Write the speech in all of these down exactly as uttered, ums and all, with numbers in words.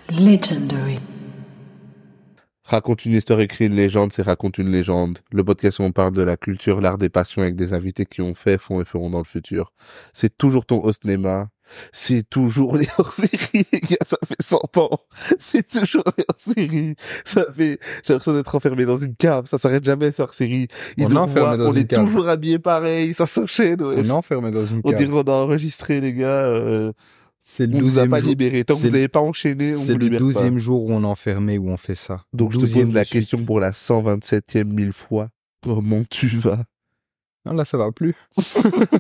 Legendary. Raconte une histoire, écrit une légende, c'est Raconte une légende. Le podcast où on parle de la culture, l'art des passions avec des invités qui ont fait, font et feront dans le futur. C'est toujours ton host Nema. C'est toujours les hors-séries, les gars, ça fait cent ans. C'est toujours les hors-séries. Ça fait, j'ai l'impression d'être enfermé dans une cave. Ça s'arrête jamais, ces hors-séries. Ils On est nous enfermé voient, dans on une est cave. toujours habillés pareil, ça s'enchaîne, ouais. On est enfermé dans une On cave. dirait qu'on a enregistré, les gars, euh, C'est le on nous a douzième pas jour. libérés. Tant que c'est vous le- n'avez pas enchaîné, on C'est vous le libère pas. douzième jour où on est enfermé, où on fait ça. Donc je te douzième pose la de suite. question pour la cent vingt-septième mille fois. Comment tu vas? Non, là, ça va plus. Ça,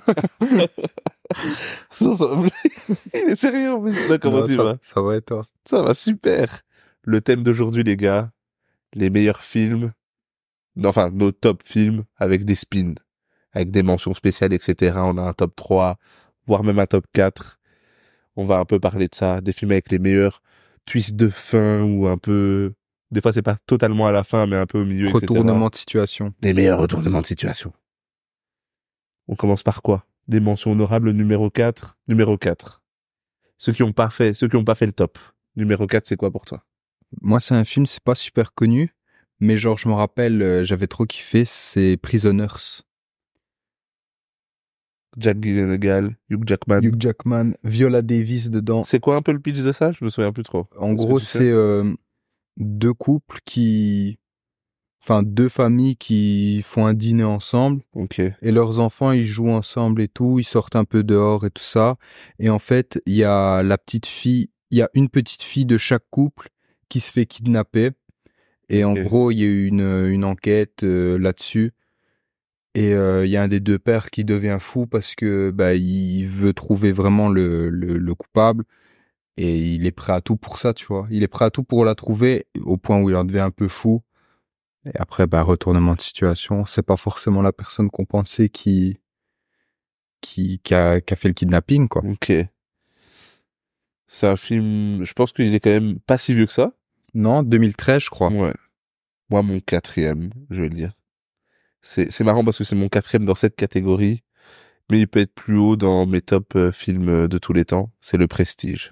ça va plus. Il est sérieux en plus. Là, comment Non, tu ça, vas? Ça va et toi? Ça va super. Le thème d'aujourd'hui, les gars, les meilleurs films, enfin nos top films avec des spins, avec des mentions spéciales, et cetera. On a un top trois, voire même un top quatre. On va un peu parler de ça, des films avec les meilleurs twists de fin ou un peu... Des fois, c'est pas totalement à la fin, mais un peu au milieu, et cetera. Retournement de situation. Les meilleurs retournements de situation. On commence par quoi? Des mentions honorables numéro quatre. Numéro quatre. Ceux qui ont pas fait, ceux qui ont pas fait le top. Numéro quatre, c'est quoi pour toi? Moi, c'est un film, c'est pas super connu, mais genre, je me rappelle, euh, j'avais trop kiffé, c'est Prisoners. Jack Gyllenhaal, Hugh Jackman. Hugh Jackman, Viola Davis dedans. C'est quoi un peu le pitch de ça? Je me souviens plus trop. En Est-ce que gros, tu sais? c'est euh, deux couples qui... Enfin, deux familles qui font un dîner ensemble. Ok. Et leurs enfants, ils jouent ensemble et tout, ils sortent un peu dehors et tout ça. Et en fait, il y a la petite fille, il y a une petite fille de chaque couple qui se fait kidnapper. Et en Ok. gros, il y a eu une, une enquête euh, là-dessus. Et euh, il y a un des deux pères qui devient fou parce que bah il veut trouver vraiment le, le, le coupable. Et il est prêt à tout pour ça, tu vois. Il est prêt à tout pour la trouver au point où il en devient un peu fou. Et après, bah, retournement de situation, c'est pas forcément la personne qu'on pensait qui, qui, qui a, qui a fait le kidnapping, quoi. Ok. C'est un film, je pense qu'il est quand même pas si vieux que ça. Non, deux mille treize, je crois. Ouais. Moi, mon quatrième, je vais le dire. C'est, c'est marrant parce que c'est mon quatrième dans cette catégorie, mais il peut être plus haut dans mes top euh, films euh, de tous les temps. C'est Le Prestige.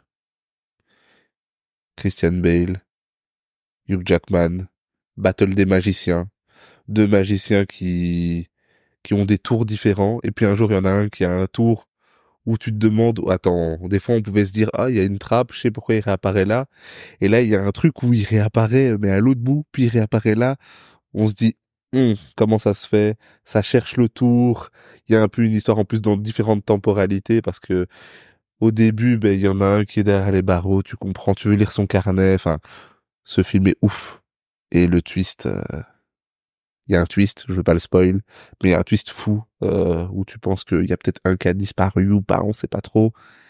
Christian Bale, Hugh Jackman, Battle des magiciens. Deux magiciens qui, qui ont des tours différents. Et puis un jour, il y en a un qui a un tour où tu te demandes, attends, des fois on pouvait se dire, ah, il y a une trappe, je sais pourquoi il réapparaît là. Et là, il y a un truc où il réapparaît, mais à l'autre bout, puis il réapparaît là. On se dit, Hum, comment ça se fait? Ça cherche le tour. Il y a un peu une histoire en plus dans différentes temporalités parce que au début, ben, il y en a un qui est derrière les barreaux, tu comprends, tu veux lire son carnet. Enfin, ce film est ouf. Et le twist, euh, il y a un twist, je veux pas le spoil, mais il y a un twist fou, euh, où tu penses qu'il y a peut-être un qui a disparu ou pas, on sait pas trop.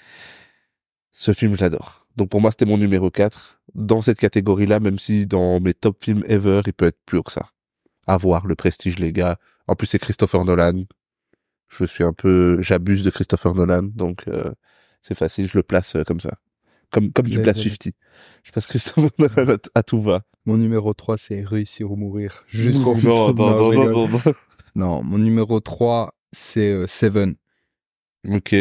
Ce film, j'adore. Donc pour moi, c'était mon numéro quatre. Dans cette catégorie-là, même si dans mes top films ever, il peut être plus haut que ça. À voir, Le Prestige, les gars. En plus, c'est Christopher Nolan. Je suis un peu, j'abuse de Christopher Nolan, donc euh, c'est facile, je le place euh, comme ça. Comme comme tu Mais- places Fifty. Je passe Christopher Nolan à, à tout va. Mon numéro trois, c'est Réussir ou mourir. Jusqu'au bout. non, non, non, je non, rigole. non, non. Non, mon numéro trois, c'est euh, Seven. Ok.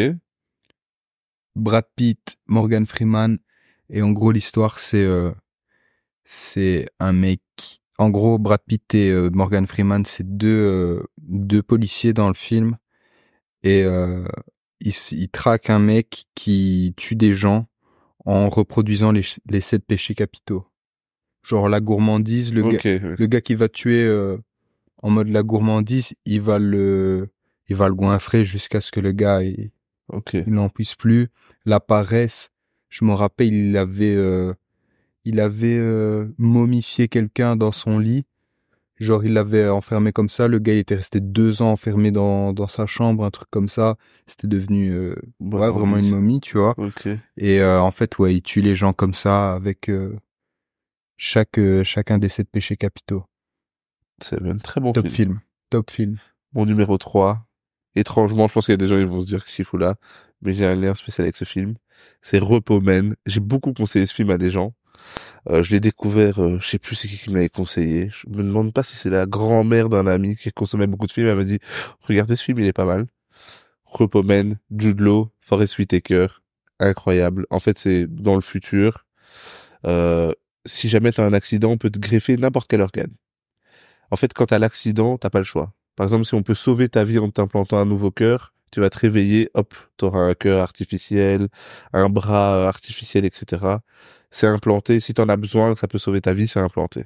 Brad Pitt, Morgan Freeman. Et en gros, l'histoire, c'est euh, c'est un mec. En gros, Brad Pitt et euh, Morgan Freeman, c'est deux euh, deux policiers dans le film. Et euh, ils, s- ils traquent un mec qui tue des gens en reproduisant les, ch- les sept péchés capitaux. Genre la gourmandise, le, Ok. gars, le gars qui va tuer euh, en mode la gourmandise, il va le, il va le goinfrer jusqu'à ce que le gars il, Ok. il n'en puisse plus. La paresse, je me rappelle, il avait, euh, il avait euh, momifié quelqu'un dans son lit. Genre il l'avait enfermé comme ça. Le gars il était resté deux ans enfermé dans dans sa chambre, un truc comme ça. C'était devenu euh, Bah, ouais vraiment oui. une momie, tu vois. Ok. Et euh, en fait ouais, il tue les gens comme ça avec euh, chaque euh, chacun des sept péchés capitaux. C'est un très bon Top film. film. Top film. Mon numéro trois. Étrangement, je pense qu'il y a des gens qui vont se dire que c'est fou là, mais j'ai un lien spécial avec ce film. C'est Repos Men. J'ai beaucoup conseillé ce film à des gens. Euh, je l'ai découvert, euh, je sais plus c'est qui qui me l'avait conseillé. Je me demande pas si c'est la grand-mère d'un ami qui consommait beaucoup de films. Elle m'a dit, regardez ce film, il est pas mal. Repos Men, Jude Law, Forest Whitaker, incroyable. En fait, c'est dans le futur. Euh, si jamais t'as un accident, on peut te greffer n'importe quel organe. En fait, quand t'as l'accident, t'as pas le choix. Par exemple, si on peut sauver ta vie en t'implantant un nouveau cœur, tu vas te réveiller, hop, t'auras un cœur artificiel, un bras artificiel, et cetera. C'est implanté. Si t'en as besoin, que ça peut sauver ta vie, c'est implanté.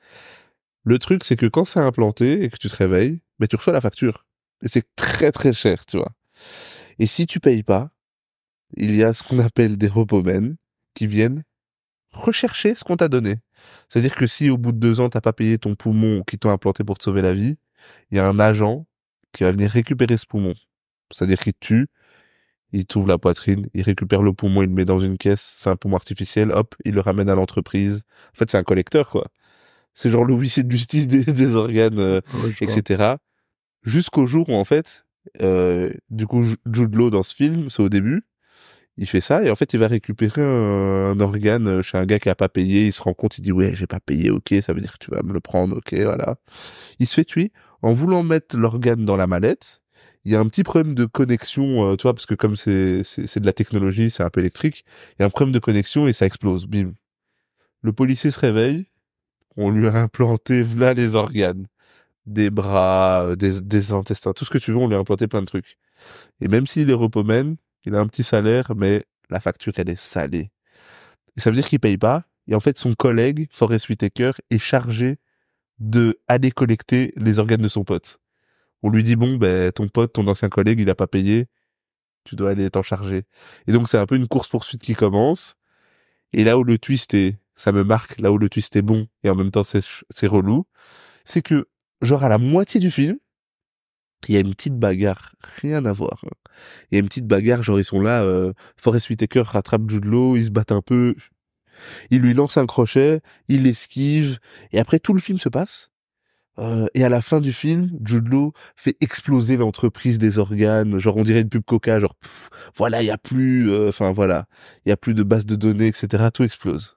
Le truc, c'est que quand c'est implanté et que tu te réveilles, ben, tu reçois la facture. Et c'est très très cher, tu vois. Et si tu payes pas, il y a ce qu'on appelle des repomènes qui viennent rechercher ce qu'on t'a donné. C'est-à-dire que si au bout de deux ans, t'as pas payé ton poumon qui t'ont implanté pour te sauver la vie, il y a un agent qui va venir récupérer ce poumon. C'est-à-dire qu'il te tue, il t'ouvre la poitrine, il récupère le poumon, il le met dans une caisse, c'est un poumon artificiel, hop, il le ramène à l'entreprise. En fait, c'est un collecteur, quoi. C'est genre le huissier de justice des, des organes, euh, Ouais, je et vois. cetera. Jusqu'au jour où, en fait, euh, du coup, Jude Law, dans ce film, c'est au début, il fait ça, et en fait, il va récupérer un, un organe chez un gars qui a pas payé, il se rend compte, il dit, ouais, j'ai pas payé, ok, ça veut dire que tu vas me le prendre, ok, voilà. Il se fait tuer en voulant mettre l'organe dans la mallette. Il y a un petit problème de connexion, euh, tu vois, parce que comme c'est, c'est, c'est de la technologie, c'est un peu électrique, il y a un problème de connexion et ça explose, bim. Le policier se réveille, on lui a implanté, voilà les organes. Des bras, euh, des, des intestins, tout ce que tu veux, on lui a implanté plein de trucs. Et même s'il est repomène, il a un petit salaire, mais la facture, elle est salée. Et ça veut dire qu'il paye pas. Et en fait, son collègue, Forest Whitaker, est chargé de aller collecter les organes de son pote. On lui dit, bon, ben, ton pote, ton ancien collègue, il a pas payé, tu dois aller t'en charger. Et donc, c'est un peu une course-poursuite qui commence. Et là où le twist est, ça me marque, là où le twist est bon, et en même temps, c'est, ch- c'est relou, c'est que, genre, à la moitié du film, il y a une petite bagarre, rien à voir. hein. Il y a une petite bagarre, genre, ils sont là, euh, Forest Whitaker rattrape Jude Law, ils se battent un peu, il lui lance un crochet, il l'esquive, et après, tout le film se passe. Euh, et à la fin du film, Jude Law fait exploser l'entreprise des organes, genre on dirait une pub Coca, genre pff, voilà, il y a plus, euh, enfin voilà, il y a plus de base de données, et cetera. Tout explose.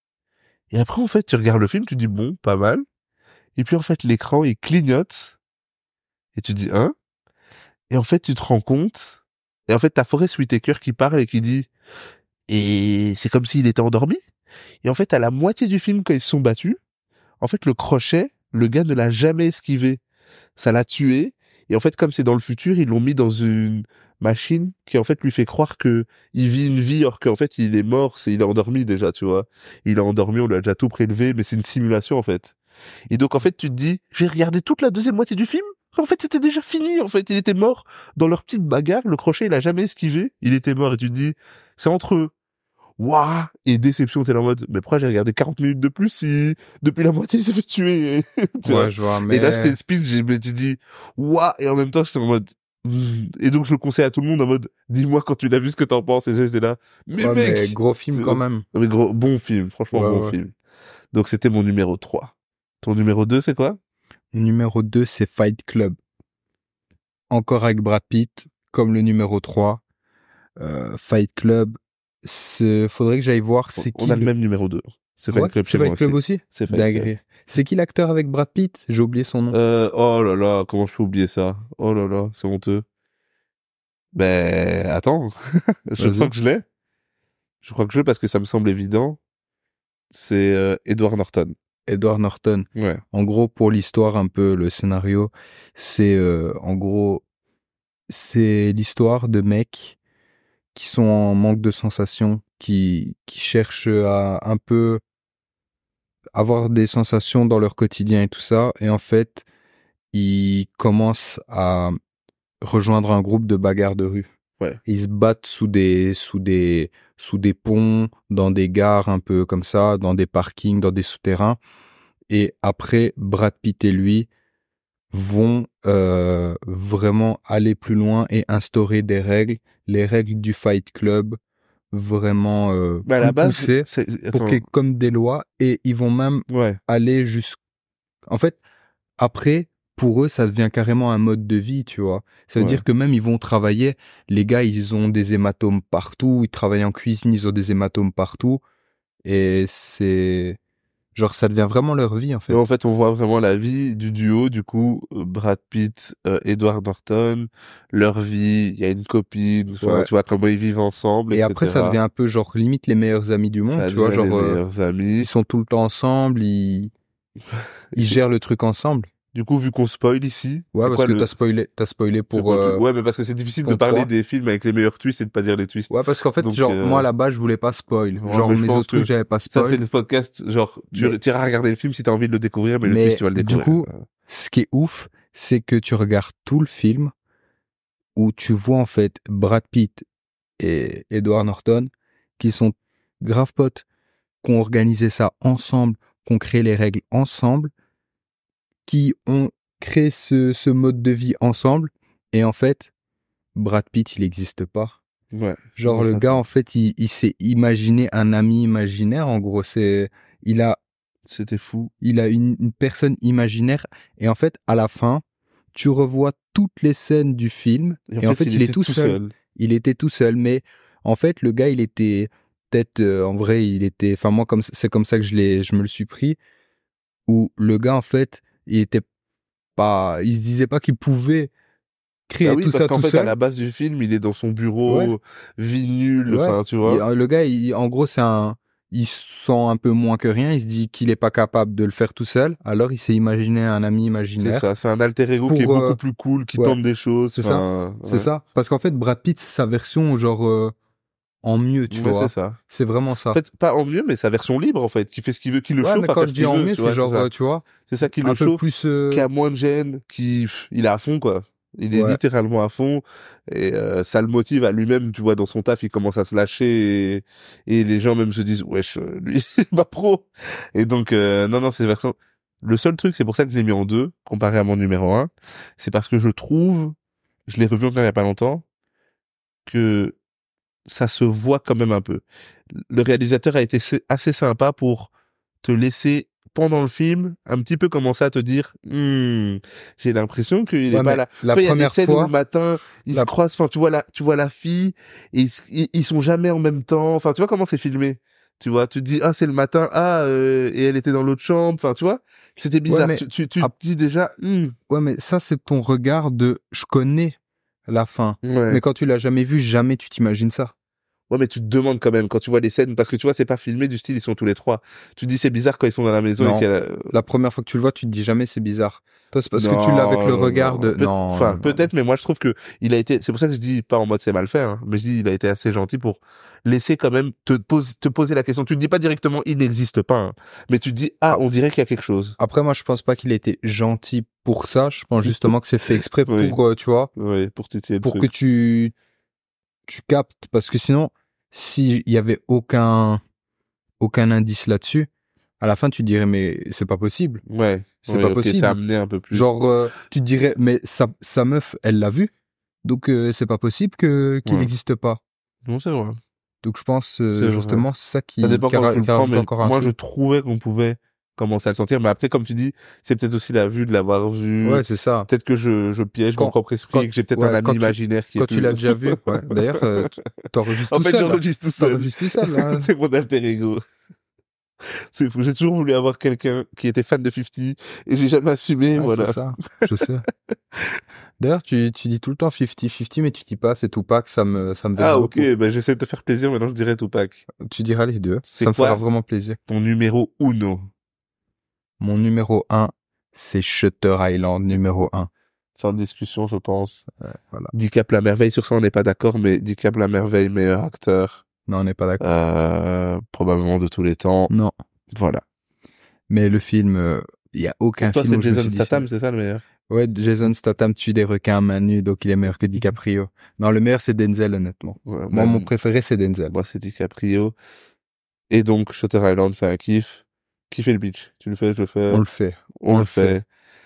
Et après en fait, tu regardes le film, tu dis bon, pas mal. Et puis en fait, l'écran il clignote et tu dis hein. Et en fait, tu te rends compte. Et en fait, t'as Forest Whitaker qui parle et qui dit et c'est comme s'il était endormi. Et en fait, à la moitié du film quand ils se sont battus, en fait le crochet, le gars ne l'a jamais esquivé. Ça l'a tué. Et en fait, comme c'est dans le futur, ils l'ont mis dans une machine qui en fait lui fait croire que il vit une vie, alors qu'en fait il est mort, c'est il est endormi déjà, tu vois. Il est endormi, on lui a déjà tout prélevé, mais c'est une simulation en fait. Et donc en fait, tu te dis, j'ai regardé toute la deuxième moitié du film. En fait, c'était déjà fini. En fait, il était mort dans leur petite bagarre. Le crochet, il a jamais esquivé. Il était mort. Et tu te dis, c'est entre eux. Waouh! Et déception, t'es là en mode, mais pourquoi j'ai regardé quarante minutes de plus si, depuis la moitié, il s'est fait tuer, tu vois. Ouais, je vois, Et là, mais... c'était une speech, j'ai, me suis dit, waouh! Et en même temps, j'étais en mode, mm. Et donc, je le conseille à tout le monde en mode, dis-moi quand tu l'as vu ce que t'en penses. Et j'étais là, mais Ouais, mais mec! gros film C'est- quand même. Non, mais gros, bon film, franchement, Ouais, bon ouais. film. Donc, c'était mon numéro trois. Ton numéro deux, c'est quoi? Le numéro deux, c'est Fight Club. Encore avec Brad Pitt, comme le numéro trois. Euh, Fight Club, c'est... faudrait que j'aille voir On c'est on qui a le le... même numéro deux. C'est Ouais, Fight Club c'est chez moi Fight Club aussi. aussi? C'est Fight Club. Dinguerie. C'est qui l'acteur avec Brad Pitt? J'ai oublié son nom. Euh, oh là là, comment je peux oublier ça? Oh là là, c'est honteux. Ben, attends. Je crois Vas-y. que je l'ai. Je crois que je l'ai parce que ça me semble évident. C'est euh, Edward Norton. Edward Norton. Ouais. En gros, pour l'histoire, un peu, le scénario, c'est, euh, en gros, c'est l'histoire de mecs qui sont en manque de sensations, qui, qui cherchent à un peu avoir des sensations dans leur quotidien et tout ça. Et en fait, ils commencent à rejoindre un groupe de bagarres de rue. Ouais. Ils se battent sous des, sous des, sous des ponts, dans des gares un peu comme ça, dans des parkings, dans des souterrains. Et après, Brad Pitt et lui vont euh, vraiment aller plus loin et instaurer des règles, les règles du Fight Club, vraiment euh, Mais à la plus base, poussées c'est, pour qu'il attends. y ait comme des lois. Et ils vont même Ouais. aller jusqu'à... En fait, après, pour eux, ça devient carrément un mode de vie, tu vois. Ça veut Ouais. dire que même ils vont travailler, les gars, ils ont des hématomes partout, ils travaillent en cuisine, ils ont des hématomes partout. Et c'est... Genre, ça devient vraiment leur vie, en fait. Et en fait, on voit vraiment la vie du duo, du coup, euh, Brad Pitt, euh, Edward Norton, leur vie, il y a une copine, enfin, Ouais. tu vois comment ils vivent ensemble, Et et cetera. après, ça devient un peu, genre, limite les meilleurs amis du monde, Ça tu vois, devient genre, les euh, meilleurs amis. ils sont tout le temps ensemble, ils, ils c'est- gèrent le truc ensemble. Du coup, vu qu'on spoil ici, Ouais, c'est parce quoi que le... t'as spoilé, t'as spoilé c'est pour, quoi le truc euh, Ouais, mais parce que c'est difficile de ton parler trois. des films avec les meilleurs twists et de pas dire les twists. Ouais, parce qu'en fait, Donc, genre, euh, moi, là-bas, je voulais pas spoil. ouais, Genre, mais je mes pense autres trucs, que j'avais pas ça, c'est spoil. le podcast, genre, tu Mais- tu iras regarder le film si t'as envie de le découvrir, mais, le Mais, twist, tu vas le du découvrir. coup, ce qui est ouf, c'est que tu regardes tout le film où tu vois, en fait, Brad Pitt et Edward Norton, qui sont grave potes, qui ont organisé ça ensemble, qui ont créé les règles ensemble, qui ont créé ce, ce mode de vie ensemble. Et en fait, Brad Pitt, il n'existe pas. Ouais. Genre, Non, le ça, gars, c'est- en fait, il, il s'est imaginé un ami imaginaire. En gros, c'est, il a, C'était fou. il a une, une personne imaginaire. Et en fait, à la fin, tu revois toutes les scènes du film. Et, en fait, il, est était tout seul. Il était tout seul. Mais en fait, le gars, il était peut-être, euh, en vrai, il était, enfin, moi, comme, c'est comme ça que je l'ai, je me le suis pris. Où le gars, en fait, il était pas, il se disait pas qu'il pouvait créer Ah oui, tout parce ça qu'en tout fait, seul. à la base du film, il est dans son bureau, Ouais. vie nulle, Ouais. enfin, tu Il- vois. le gars, il- en gros, c'est un, il se sent un peu moins que rien. Il se dit qu'il est pas capable de le faire tout seul. Alors, il s'est imaginé un ami C'est imaginaire. ça, c'est un alter ego Pour, qui est beaucoup euh, plus cool, qui ouais. tente des choses. C'est ça. enfin, C'est ouais. ça. Parce qu'en fait, Brad Pitt, c'est sa version, genre, euh, en mieux, tu Ouais, vois. c'est ça. C'est vraiment ça. En fait, pas en mieux, mais sa version libre, en fait, qui fait ce qu'il veut, qui le ouais, chauffe mais à quand faire je ce dis qu'il en veut. mieux, tu c'est vois, genre, c'est ça. euh, tu vois, C'est ça qui le un peu chauffe, plus, euh, qui a moins de gêne, qui, pff, il est à fond, quoi. Il est Ouais. littéralement à fond, et euh, ça le motive à lui-même, tu vois, dans son taf, il commence à se lâcher, et, et les gens même se disent, wesh, euh, lui, bah pro. Et donc, euh, non, non, c'est version... Le seul truc, c'est pour ça que je l'ai mis en deux, comparé à mon numéro un, c'est parce que je trouve, je l'ai revu encore il y a pas longtemps, que ça se voit quand même un peu. Le réalisateur a été assez- assez sympa pour te laisser pendant le film un petit peu commencer à te dire hmm, j'ai l'impression qu'il est Ouais, pas mais là. la Tu vois, il y a des première scènes où fois- le matin ils la- se croisent, enfin tu vois la tu vois la fille et ils, s- ils, ils sont jamais en même temps, enfin tu vois comment c'est filmé. Tu vois, tu te dis ah c'est le matin, ah euh, et elle était dans l'autre chambre, enfin tu vois, c'était bizarre. mais- tu tu, tu ah. te dis déjà hmm, Ouais, mais ça, c'est ton regard de, je connais la fin. ouais. Mais quand tu l'as jamais vu, jamais tu t'imagines ça. Ouais, mais tu te demandes quand même quand tu vois les scènes, parce que tu vois, c'est pas filmé du style, ils sont tous les trois. Tu te dis c'est bizarre quand ils sont dans la maison Non. et qu'elle. a- La première fois que tu le vois, tu te dis jamais c'est bizarre. Toi, c'est parce que tu l'as avec le Non, regard non. de, Peut- non. Enfin, non. peut-être, mais moi je trouve que il a été. C'est pour ça que je dis pas en mode c'est mal fait, hein, mais je dis il a été assez gentil pour laisser quand même te poser, te poser la question. Tu te dis pas directement il n'existe pas, hein, mais tu te dis ah on dirait qu'il y a quelque chose. Après, moi, je pense pas qu'il ait été gentil pour ça. Je pense justement que c'est fait exprès pour, Oui. euh, tu vois, Oui, pour titiller le pour que truc. tu, tu captes. Parce que sinon, s'il y avait aucun, aucun indice là-dessus, à la fin, tu te dirais, mais c'est pas possible. Ouais. C'est Oui, pas ok, possible. ça a amené un peu plus. Genre, euh, tu te dirais, mais sa, sa meuf, elle l'a vu. Donc, euh, c'est pas possible que, qu'il Ouais. n'existe pas. Non, c'est vrai. Donc, je pense, euh, C'est vrai. justement, c'est ça qui, Ça dépend qui comment ra- tu le qui prends, rajoute mais encore un moi je truc. trouvais qu'on pouvait commencer à le sentir. Mais après, comme tu dis, c'est peut-être aussi la vue de l'avoir vu. Ouais, c'est ça. Peut-être que je, je piège Quand- mon propre esprit quand- et que j'ai peut-être ouais, un ami quand tu- imaginaire qui Quand est tu plus... l'as déjà vu, ouais. D'ailleurs, euh, t'enregistres En tout fait, seul. là. j'enregistre tout seul. T'enregistres tout seul, là. C'est mon alter ego. C'est fou. J'ai toujours voulu avoir quelqu'un qui était fan de cinquante et j'ai jamais assumé, Ouais, voilà. c'est ça. Je sais. D'ailleurs, tu, tu dis tout le temps cinquante cinquante, mais tu dis pas c'est Tupac, ça me, ça me vexe Ah, beaucoup. ok, ben j'essaie de te faire plaisir, maintenant je dirais Tupac. Tu diras les deux. C'est Ça me quoi fera vraiment plaisir. Ton numéro uno. Mon numéro un, c'est Shutter Island, numéro un. Sans discussion, je pense. Ouais, voilà. DiCap la merveille, sur ça on n'est pas d'accord, mais DiCap la merveille, meilleur acteur. Non, on n'est pas d'accord. Euh, probablement de tous les temps. Non. Voilà. Mais le film, il y a aucun Pour toi, film c'est où je me Jason suis dit Statham, c'est ça le meilleur? Ouais, Jason Statham tue des requins à main nue, donc il est meilleur que DiCaprio. Non, le meilleur, c'est Denzel, honnêtement. Ouais, Moi, même- mon préféré, c'est Denzel. Moi, c'est DiCaprio. Et donc, Shutter Island, c'est un kiff. Qui fait le pitch? Tu le fais, je le fais. On le fait. On, on le le fait.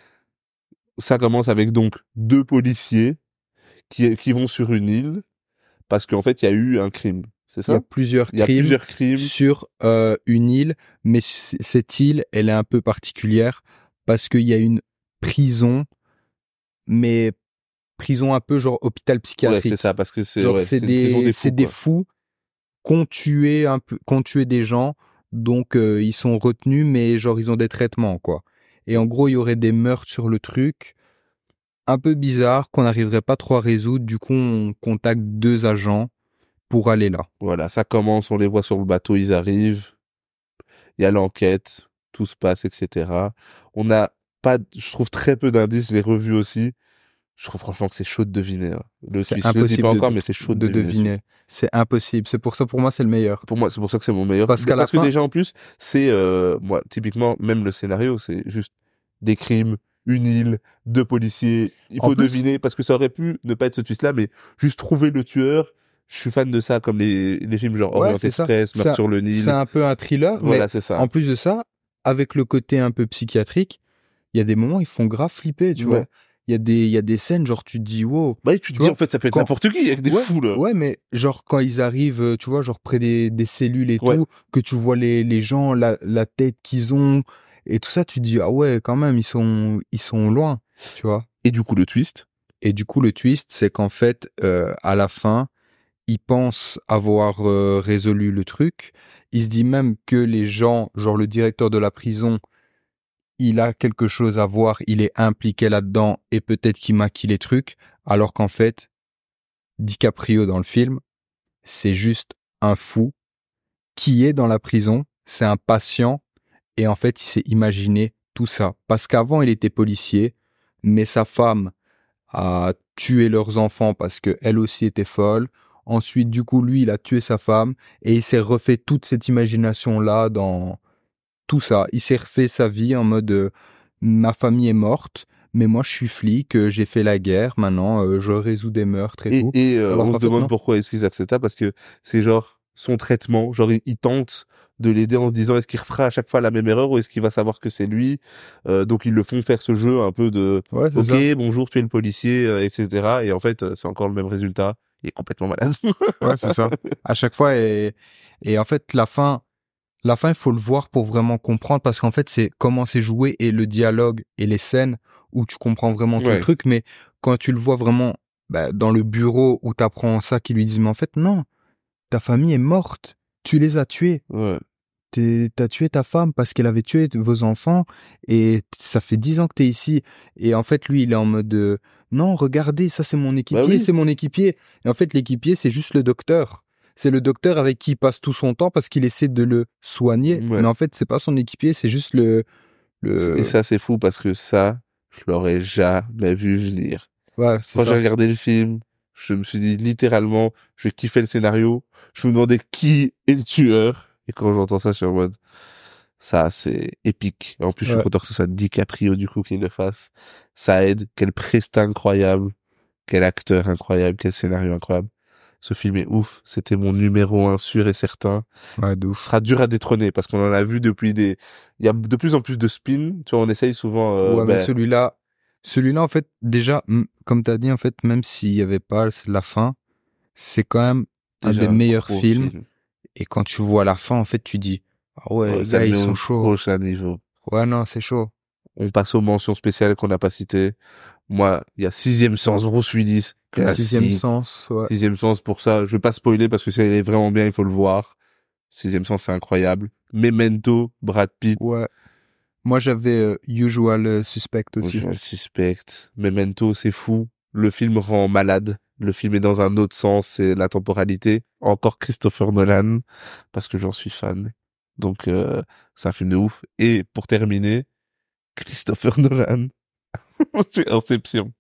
Ça commence avec donc deux policiers qui, qui vont sur une île parce qu'en fait, il y a eu un crime. C'est Il y a ça? plusieurs Il y a crimes plusieurs crimes. sur euh, une île, mais c- cette île, elle est un peu particulière parce qu'il y a une prison, mais prison un peu genre hôpital Ouais, psychiatrique. c'est ça, parce que c'est, Genre, ouais, c'est une prison des, des c'est fous, des quoi. fous qui ont tué un peu, qui ont tué des gens donc euh, ils sont retenus, mais genre ils ont des traitements, quoi. Et en gros, il y aurait des meurtres sur le truc, un peu bizarre, qu'on n'arriverait pas trop à résoudre. Du coup, on contacte deux agents pour aller là. Voilà, ça commence, on les voit sur le bateau, ils arrivent, il y a l'enquête, tout se passe, et cetera. On n'a pas, je trouve très peu d'indices, je l'ai revu aussi. Je trouve franchement que c'est chaud de deviner. Hein. Le C'est twist, je le dis impossible pas de, encore, mais c'est chaud de, de deviner. deviner. C'est impossible. C'est pour ça, pour moi, c'est le meilleur. Pour moi, c'est pour ça que c'est mon meilleur. Parce qu'à la Parce que fin- déjà, en plus, c'est, euh, moi, typiquement, même le scénario, c'est juste des crimes, une île, deux policiers. Il En faut plus- deviner, parce que ça aurait pu ne pas être ce twist-là, mais juste trouver le tueur. Je suis fan de ça, comme les, les films genre Ouais, Orient c'est ça. Express, C'est Meurtre un- sur le Nil. C'est un peu un thriller, Voilà, mais c'est ça. en plus de ça, avec le côté un peu psychiatrique, il y a des moments, ils font grave flipper, tu Ouais. vois. Il y a des, il y a des scènes, genre, tu te dis, wow. Bah, tu te Tu dis, vois, en fait, ça peut être quand- n'importe qui, avec des ouais, fous, là. ouais, mais genre, quand ils arrivent, euh, tu vois, genre, près des, des cellules et Ouais. tout, que tu vois les, les gens, la, la tête qu'ils ont, et tout ça, tu te dis, ah ouais, quand même, ils sont, ils sont loin, tu vois. Et du coup, le twist. Et du coup, le twist, c'est qu'en fait, euh, à la fin, il pense avoir euh, résolu le truc. Il se dit même que les gens, genre le directeur de la prison, il a quelque chose à voir, il est impliqué là-dedans et peut-être qu'il maquille les trucs, alors qu'en fait, DiCaprio dans le film, c'est juste un fou qui est dans la prison, c'est un patient et en fait, il s'est imaginé tout ça. Parce qu'avant, il était policier, mais sa femme a tué leurs enfants parce que elle aussi était folle. Ensuite, du coup, lui, il a tué sa femme et il s'est refait toute cette imagination-là dans tout ça. Il s'est refait sa vie en mode euh, ma famille est morte, mais moi je suis flic, euh, j'ai fait la guerre, maintenant euh, je résous des meurtres et, Et, tout. et euh, Alors on qu'en se fait, demande non. pourquoi est-ce qu'ils acceptent ça, parce que c'est genre son traitement, genre il, il tente de l'aider en se disant est-ce qu'il refera à chaque fois la même erreur ou est-ce qu'il va savoir que c'est lui. Euh, donc ils le font faire ce jeu un peu de Ouais, c'est ok ça. bonjour tu es le policier, euh, et cetera. Et en fait euh, c'est encore le même résultat. Il est complètement malade. Ouais, c'est ça. À chaque fois et et en fait la fin la fin il faut le voir pour vraiment comprendre parce qu'en fait c'est comment c'est joué et le dialogue et les scènes où tu comprends vraiment tout Ouais. le truc, mais quand tu le vois vraiment bah, dans le bureau où t'apprends ça, qui lui disent mais en fait non, ta famille est morte, tu les as tués. Ouais. T'es- T'as tué ta femme parce qu'elle avait tué t- vos enfants et t- ça fait dix ans que t'es ici. Et en fait, lui, il est en mode euh, non, regardez, ça c'est mon équipier, Bah oui. c'est mon équipier. Et en fait, l'équipier, c'est juste le docteur. C'est le docteur avec qui il passe tout son temps parce qu'il essaie de le soigner. Ouais. Mais en fait, c'est pas son équipier, c'est juste le. le... Et ça c'est fou parce que ça je l'aurais jamais vu venir. Ouais, c'est Quand j'ai ça. regardé le film, je me suis dit littéralement, je kiffais le scénario. Je me demandais qui est le tueur. Et quand j'entends ça, je suis en mode, ça, c'est épique. Et en plus, je suis Ouais. content que ce soit DiCaprio, du coup, qui le fasse. Ça aide. Quel prestat incroyable. Quel acteur incroyable. Quel scénario incroyable. Ce film est ouf. C'était mon numéro un sûr et certain. Ouais, de Ce ouf. sera dur à détrôner parce qu'on en a vu depuis des, il y a de plus en plus de spin. Tu vois, on essaye souvent, euh, Ouais, mais ben, celui-là, celui-là, en fait, déjà, m- comme t'as dit, en fait, même s'il y avait pas la fin, c'est quand même un déjà des un meilleurs gros films. film. Et quand tu vois la fin, en fait, tu dis, ah ouais, Ouais, les ça gars, le ils met sont au chauds. prochain niveau. Ouais, non, c'est chaud. On passe aux mentions spéciales qu'on n'a pas citées. Moi, il y a Sixième Sens, Bruce Willis. Sixième Classique. sens, ouais. Sixième Sens, pour ça, je vais pas spoiler parce que c'est il est vraiment bien, il faut le voir. Sixième Sens, c'est incroyable. Memento, Brad Pitt. Ouais. Moi, j'avais euh, Usual euh, Suspect aussi. Je le suspecte. Memento, c'est fou. Le film rend malade. Le film est dans un autre sens, c'est la temporalité. Encore Christopher Nolan, parce que j'en suis fan. Donc, euh, c'est un film de ouf. Et pour terminer, Christopher Nolan. C'est Inception.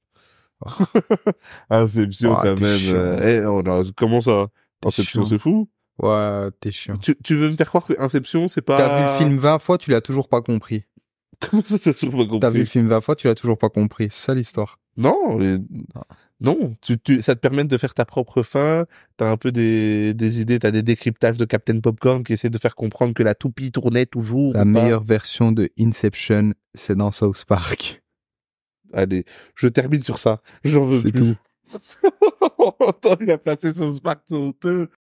Inception, Oh, quand t'es même. chiant. Euh, eh, on a- comment ça? T'es Inception, chiant. c'est fou. Ouais, t'es chiant. Tu, tu veux me faire croire que Inception, c'est pas... T'as vu le film vingt fois, tu l'as toujours pas compris. Comment ça, t'as toujours pas compris? T'as vu le film vingt fois, tu l'as toujours pas compris. C'est ça l'histoire. Non, mais- non, tu, tu, ça te permet de faire ta propre fin, t'as un peu des, des idées, t'as des décryptages de Captain Popcorn qui essaient de faire comprendre que la toupie tournait toujours. La ou pas. meilleure version de Inception, c'est dans South Park. Allez, je termine sur ça, j'en veux C'est plus. tout. Attends, il a placé son Spark sur honteux.